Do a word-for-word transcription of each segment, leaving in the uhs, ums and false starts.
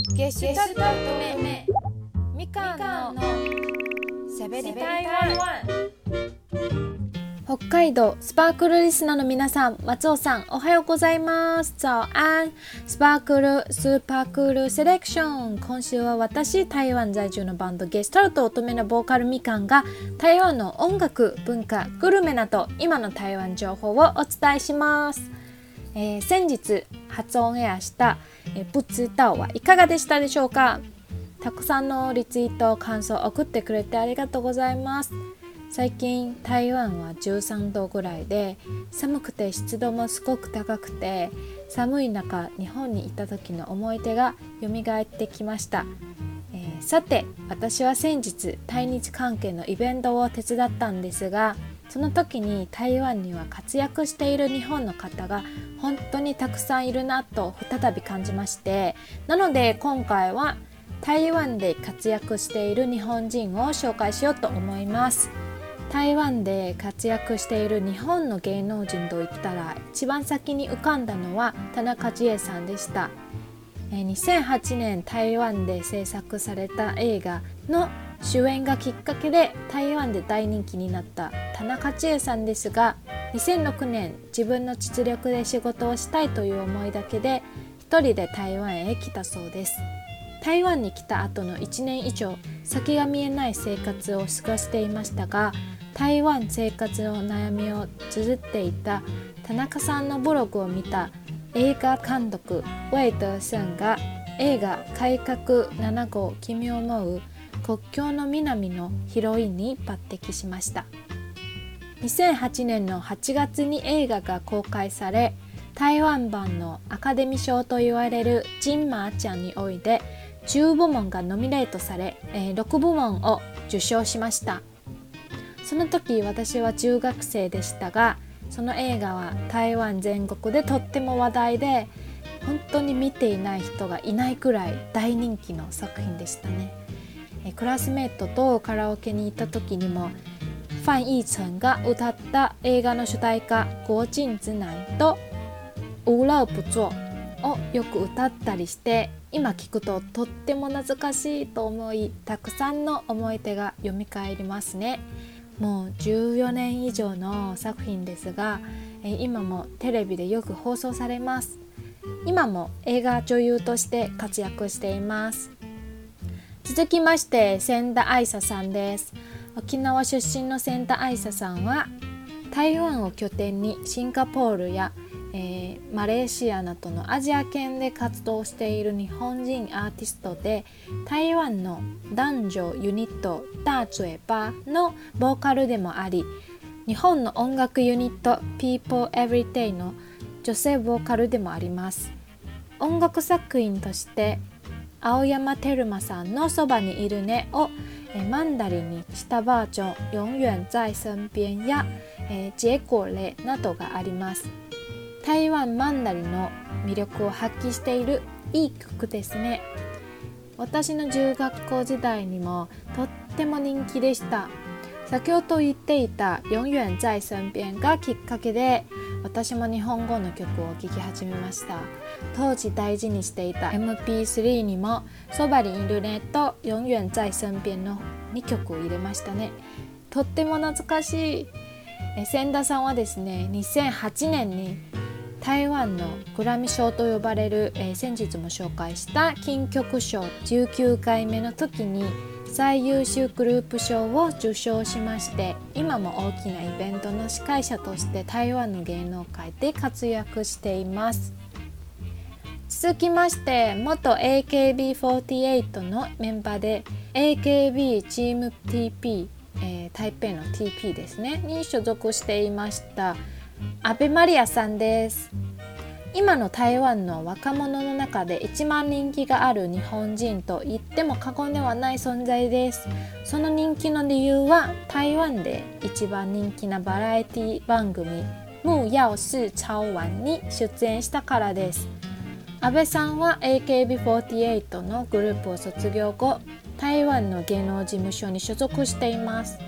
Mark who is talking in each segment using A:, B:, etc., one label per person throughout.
A: ゲシュタルト目みかんのしゃべり台湾。北海道スパークルリスナーの皆さん、松尾さんおはようございます。早安。スパークルスーパークールセレクション。今週は私、台湾在住のバンドゲスタルト乙女のボーカルみかんが台湾の音楽、文化、グルメなど今の台湾情報をお伝えします。えー、先日初オンエアした、えー、不知道はいかがでしたでしょうか。たくさんのリツイート感想を送ってくれてありがとうございます。最近台湾はじゅうさんどぐらいで寒くて湿度もすごく高くて、寒い中日本にいた時の思い出が蘇ってきました。えー、さて私は先日対日関係のイベントを手伝ったんですが、その時に台湾には活躍している日本の方が本当にたくさんいるなと再び感じまして、なので今回は台湾で活躍している日本人を紹介しようと思います。台湾で活躍している日本の芸能人といったら一番先に浮かんだのは田中千恵さんでした。にせんはちねん台湾で制作された映画の主演がきっかけで台湾で大人気になった田中千恵さんですが、にせんろくねん自分の実力で仕事をしたいという思いだけで一人で台湾へ来たそうです。台湾に来た後のいちねん以上先が見えない生活を過ごしていましたが、台湾生活の悩みを綴っていた田中さんのブログを見た映画監督ウェイドーさんが映画改革なな号君を思う国境の南のヒロインに抜擢しました。にせんはちねんのはちがつに映画が公開され、台湾版のアカデミー賞と言われる金馬奖においてじゅうぶもんがノミネートされ、えー、ろくぶもんを受賞しました。その時私は中学生でしたが、その映画は台湾全国でとっても話題で、本当に見ていない人がいないくらい大人気の作品でしたね。えクラスメートとカラオケに行った時にもファン・イーチェンが歌った映画の主題歌国境之南と无乐不作をよく歌ったりして、今聞くととっても懐かしいと思い、たくさんの思い出が蘇りますね。もうじゅうよねん以上の作品ですが、今もテレビでよく放送されます。今も映画女優として活躍しています。続きまして千田愛沙さんです。沖縄出身の千田愛沙さんは台湾を拠点にシンガポールや、えー、マレーシアなどのアジア圏で活動している日本人アーティストで、台湾の男女ユニット大嘴巴のボーカルでもあり、日本の音楽ユニット People Everyday の女性ボーカルでもあります。音楽作品として青山テルマさんのそばにいるねをマンダリンにしたバージョン永遠在身邊や結果例などがあります。台湾マンダリンの魅力を発揮しているいい曲ですね。私の中学校時代にもとっても人気でした。先ほど言っていた永遠在身邊がきっかけで私も日本語の曲を聴き始めました。当時大事にしていた エムピースリー にもそばにいるねと永遠在身邊のにきょくを入れましたね。とっても懐かしい。え千田さんはですね、にせんはちねんに台湾のグラミー賞と呼ばれる、えー、先日も紹介した金曲賞じゅうきゅうかいめの時に最優秀グループ賞を受賞しまして、今も大きなイベントの司会者として台湾の芸能界で活躍しています。続きまして元 エーケービーフォーティーエイト のメンバーで エーケービー チーム ティーピー、えー、台北の ティーピー ですねに所属していました阿部マリアさんです。今の台湾の若者の中で一番人気がある日本人と言っても過言ではない存在です。その人気の理由は台湾で一番人気なバラエティ番組木曜四超玩に出演したからです。阿部さんは エーケービーフォーティーエイト のグループを卒業後、台湾の芸能事務所に所属しています。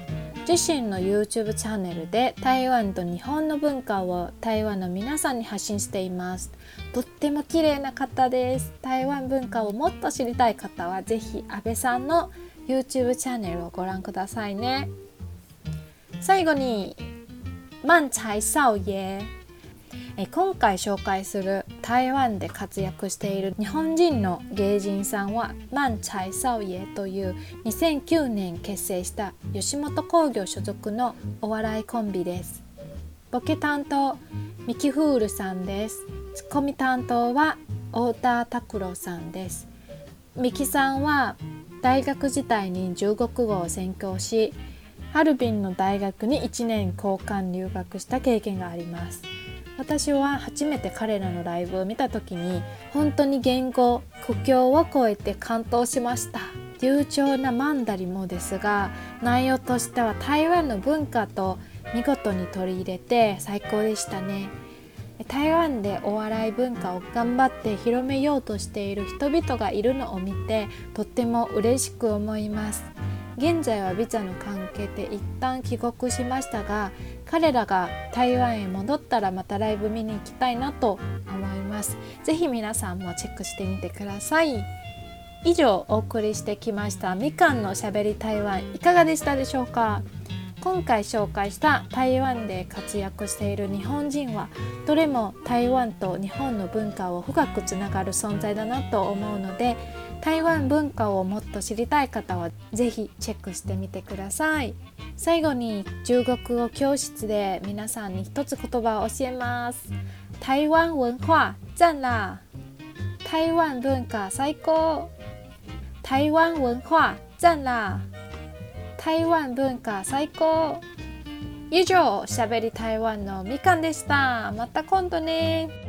A: 自身の YouTube チャンネルで台湾と日本の文化を台湾の皆さんに発信しています。とっても綺麗な方です。台湾文化をもっと知りたい方はぜひ安倍さんの YouTube チャンネルをご覧くださいね。最後に万才少爺、え今回紹介する台湾で活躍している日本人の芸人さんは万才少爺というにせんきゅうねん結成した吉本興業所属のお笑いコンビです。ボケ担当ミキフールさんです。ツッコミ担当は太田拓郎さんです。ミキさんは大学時代に中国語を専攻し、ハルビンの大学にいちねん交換留学した経験があります。私は初めて彼らのライブを見た時に本当に言語、国境を越えて感動しました。流暢なマンダリンもですが、内容としては台湾の文化と見事に取り入れて最高でしたね。台湾でお笑い文化を頑張って広めようとしている人々がいるのを見てとっても嬉しく思います。現在はビザの関係で一旦帰国しましたが、彼らが台湾へ戻ったらまたライブ見に行きたいなと思います。ぜひ皆さんもチェックしてみてください。以上お送りしてきましたみかんのしゃべり台湾、いかがでしたでしょうか。今回紹介した台湾で活躍している日本人はどれも台湾と日本の文化を深くつながる存在だなと思うので、台湾文化をもっと知りたい方はぜひチェックしてみてください。最後に中国語教室で皆さんに一つ言葉を教えます。台湾文化赞啦。台湾文化最高。台湾文化赞啦。台湾文化最高。以上、しゃべり台湾のみかんでした。また今度ね。